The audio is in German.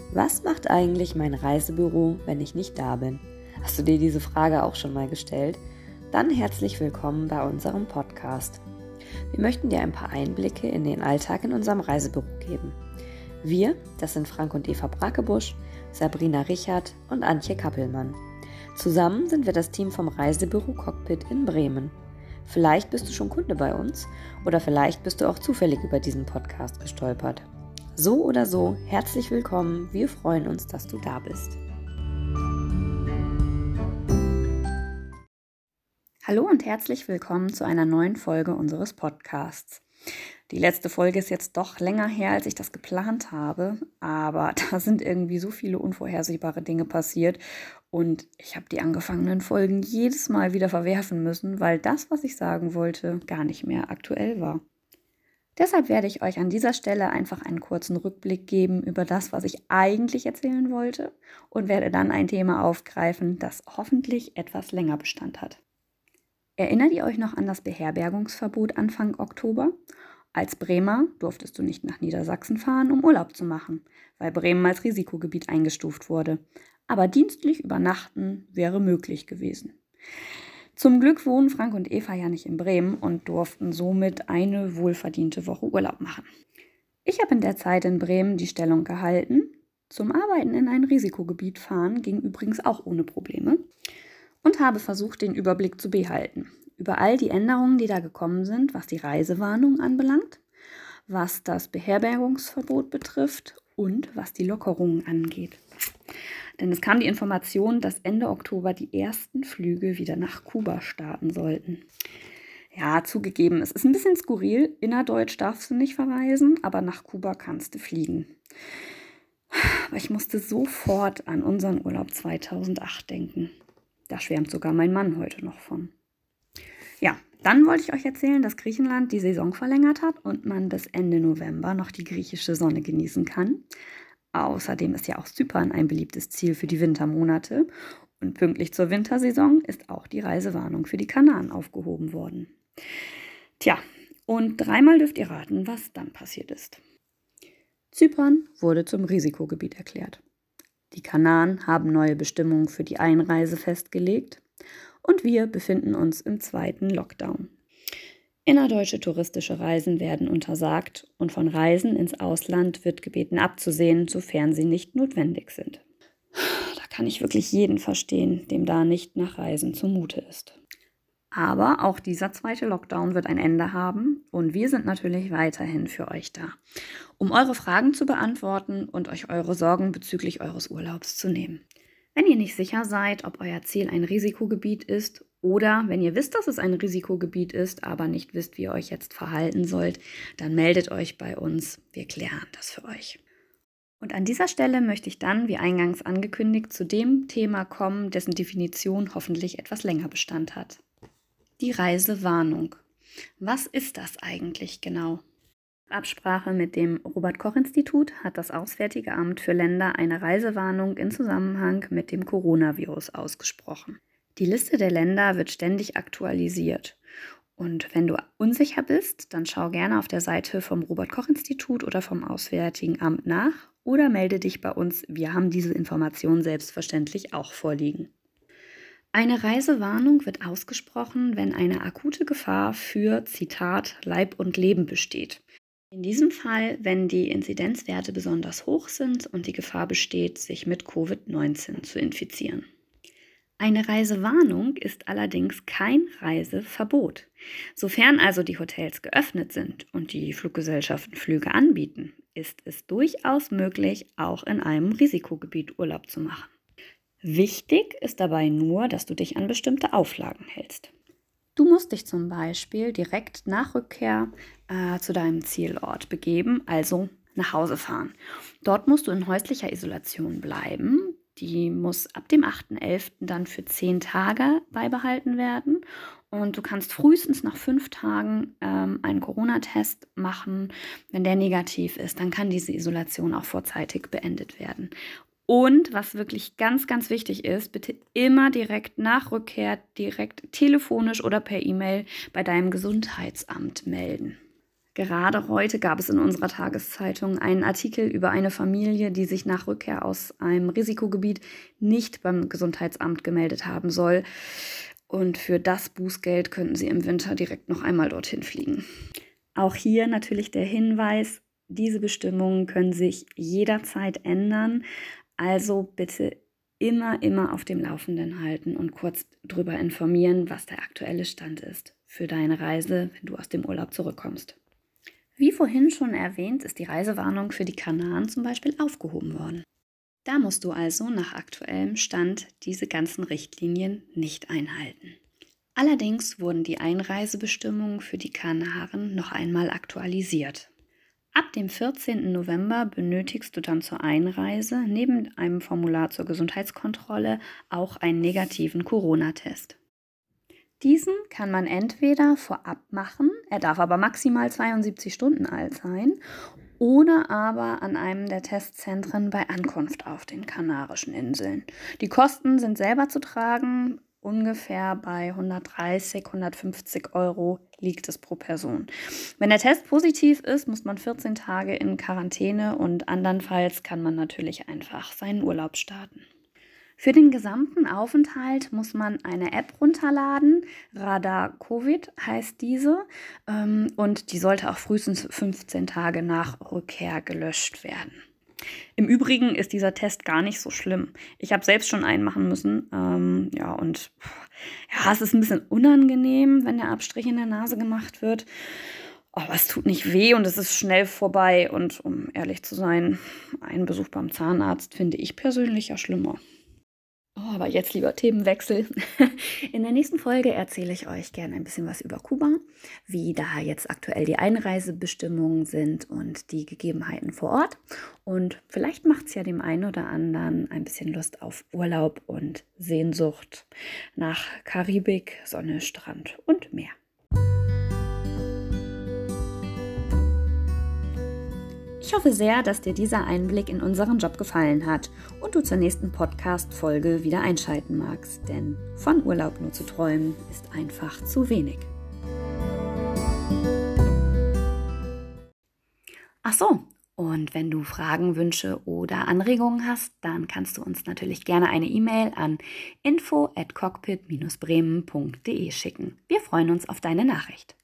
Was macht eigentlich mein Reisebüro, wenn ich nicht da bin? Hast du dir diese Frage auch schon mal gestellt? Dann herzlich willkommen bei unserem Podcast. Wir möchten dir ein paar Einblicke in den Alltag in unserem Reisebüro geben. Wir, das sind Frank und Eva Brackebusch, Sabrina Richard und Antje Kappelmann. Zusammen sind wir das Team vom Reisebüro Cockpit in Bremen. Vielleicht bist du schon Kunde bei uns oder vielleicht bist du auch zufällig über diesen Podcast gestolpert. So oder so, herzlich willkommen. Wir freuen uns, dass du da bist. Hallo und herzlich willkommen zu einer neuen Folge unseres Podcasts. Die letzte Folge ist jetzt doch länger her, als ich das geplant habe, aber da sind irgendwie so viele unvorhersehbare Dinge passiert und ich habe die angefangenen Folgen jedes Mal wieder verwerfen müssen, weil das, was ich sagen wollte, gar nicht mehr aktuell war. Deshalb werde ich euch an dieser Stelle einfach einen kurzen Rückblick geben über das, was ich eigentlich erzählen wollte und werde dann ein Thema aufgreifen, das hoffentlich etwas länger Bestand hat. Erinnert ihr euch noch an das Beherbergungsverbot Anfang Oktober? Als Bremer durftest du nicht nach Niedersachsen fahren, um Urlaub zu machen, weil Bremen als Risikogebiet eingestuft wurde. Aber dienstlich übernachten wäre möglich gewesen. Zum Glück wohnen Frank und Eva ja nicht in Bremen und durften somit eine wohlverdiente Woche Urlaub machen. Ich habe in der Zeit in Bremen die Stellung gehalten. Zum Arbeiten in ein Risikogebiet fahren ging übrigens auch ohne Probleme. Und habe versucht, den Überblick zu behalten über all die Änderungen, die da gekommen sind, was die Reisewarnung anbelangt, was das Beherbergungsverbot betrifft und was die Lockerungen angeht. Denn es kam die Information, dass Ende Oktober die ersten Flüge wieder nach Kuba starten sollten. Ja, zugegeben, es ist ein bisschen skurril. Innerdeutsch darfst du nicht verreisen, aber nach Kuba kannst du fliegen. Aber ich musste sofort an unseren Urlaub 2008 denken. Da schwärmt sogar mein Mann heute noch von. Ja, dann wollte ich euch erzählen, dass Griechenland die Saison verlängert hat und man bis Ende November noch die griechische Sonne genießen kann. Außerdem ist ja auch Zypern ein beliebtes Ziel für die Wintermonate. Und pünktlich zur Wintersaison ist auch die Reisewarnung für die Kanaren aufgehoben worden. Tja, und dreimal dürft ihr raten, was dann passiert ist. Zypern wurde zum Risikogebiet erklärt. Die Kanaren haben neue Bestimmungen für die Einreise festgelegt und wir befinden uns im zweiten Lockdown. Innerdeutsche touristische Reisen werden untersagt und von Reisen ins Ausland wird gebeten abzusehen, sofern sie nicht notwendig sind. Da kann ich wirklich jeden verstehen, dem da nicht nach Reisen zumute ist. Aber auch dieser zweite Lockdown wird ein Ende haben und wir sind natürlich weiterhin für euch da, um eure Fragen zu beantworten und euch eure Sorgen bezüglich eures Urlaubs zu nehmen. Wenn ihr nicht sicher seid, ob euer Ziel ein Risikogebiet ist oder wenn ihr wisst, dass es ein Risikogebiet ist, aber nicht wisst, wie ihr euch jetzt verhalten sollt, dann meldet euch bei uns. Wir klären das für euch. Und an dieser Stelle möchte ich dann, wie eingangs angekündigt, zu dem Thema kommen, dessen Definition hoffentlich etwas länger Bestand hat. Die Reisewarnung. Was ist das eigentlich genau? In Absprache mit dem Robert-Koch-Institut hat das Auswärtige Amt für Länder eine Reisewarnung in Zusammenhang mit dem Coronavirus ausgesprochen. Die Liste der Länder wird ständig aktualisiert. Und wenn du unsicher bist, dann schau gerne auf der Seite vom Robert-Koch-Institut oder vom Auswärtigen Amt nach oder melde dich bei uns. Wir haben diese Informationen selbstverständlich auch vorliegen. Eine Reisewarnung wird ausgesprochen, wenn eine akute Gefahr für, Zitat, Leib und Leben besteht. In diesem Fall, wenn die Inzidenzwerte besonders hoch sind und die Gefahr besteht, sich mit Covid-19 zu infizieren. Eine Reisewarnung ist allerdings kein Reiseverbot. Sofern also die Hotels geöffnet sind und die Fluggesellschaften Flüge anbieten, ist es durchaus möglich, auch in einem Risikogebiet Urlaub zu machen. Wichtig ist dabei nur, dass du dich an bestimmte Auflagen hältst. Du musst dich zum Beispiel direkt nach Rückkehr zu deinem Zielort begeben, also nach Hause fahren. Dort musst du in häuslicher Isolation bleiben. Die muss ab dem 8.11. dann für 10 Tage beibehalten werden. Und du kannst frühestens nach 5 Tagen einen Corona-Test machen. Wenn der negativ ist, dann kann diese Isolation auch vorzeitig beendet werden. Und was wirklich ganz, ganz wichtig ist, bitte immer direkt nach Rückkehr, direkt telefonisch oder per E-Mail bei deinem Gesundheitsamt melden. Gerade heute gab es in unserer Tageszeitung einen Artikel über eine Familie, die sich nach Rückkehr aus einem Risikogebiet nicht beim Gesundheitsamt gemeldet haben soll. Und für das Bußgeld könnten sie im Winter direkt noch einmal dorthin fliegen. Auch hier natürlich der Hinweis, diese Bestimmungen können sich jederzeit ändern. Also bitte immer auf dem Laufenden halten und kurz darüber informieren, was der aktuelle Stand ist für deine Reise, wenn du aus dem Urlaub zurückkommst. Wie vorhin schon erwähnt, ist die Reisewarnung für die Kanaren zum Beispiel aufgehoben worden. Da musst du also nach aktuellem Stand diese ganzen Richtlinien nicht einhalten. Allerdings wurden die Einreisebestimmungen für die Kanaren noch einmal aktualisiert. Ab dem 14. November benötigst du dann zur Einreise neben einem Formular zur Gesundheitskontrolle auch einen negativen Corona-Test. Diesen kann man entweder vorab machen, er darf aber maximal 72 Stunden alt sein, oder aber an einem der Testzentren bei Ankunft auf den Kanarischen Inseln. Die Kosten sind selber zu tragen, ungefähr bei 130, 150 Euro liegt es pro Person. Wenn der Test positiv ist, muss man 14 Tage in Quarantäne und andernfalls kann man natürlich einfach seinen Urlaub starten. Für den gesamten Aufenthalt muss man eine App runterladen, Radar Covid heißt diese, und die sollte auch frühestens 15 Tage nach Rückkehr gelöscht werden. Im Übrigen ist dieser Test gar nicht so schlimm. Ich habe selbst schon einen machen müssen, es ist ein bisschen unangenehm, wenn der Abstrich in der Nase gemacht wird, aber es tut nicht weh und es ist schnell vorbei und um ehrlich zu sein, einen Besuch beim Zahnarzt finde ich persönlich ja schlimmer. Aber jetzt lieber Themenwechsel. In der nächsten Folge erzähle ich euch gerne ein bisschen was über Kuba, wie da jetzt aktuell die Einreisebestimmungen sind und die Gegebenheiten vor Ort. Und vielleicht macht es ja dem einen oder anderen ein bisschen Lust auf Urlaub und Sehnsucht nach Karibik, Sonne, Strand und Meer. Ich hoffe sehr, dass dir dieser Einblick in unseren Job gefallen hat und du zur nächsten Podcast-Folge wieder einschalten magst, denn von Urlaub nur zu träumen ist einfach zu wenig. Ach so, und wenn du Fragen, Wünsche oder Anregungen hast, dann kannst du uns natürlich gerne eine E-Mail an info@cockpit-bremen.de schicken. Wir freuen uns auf deine Nachricht.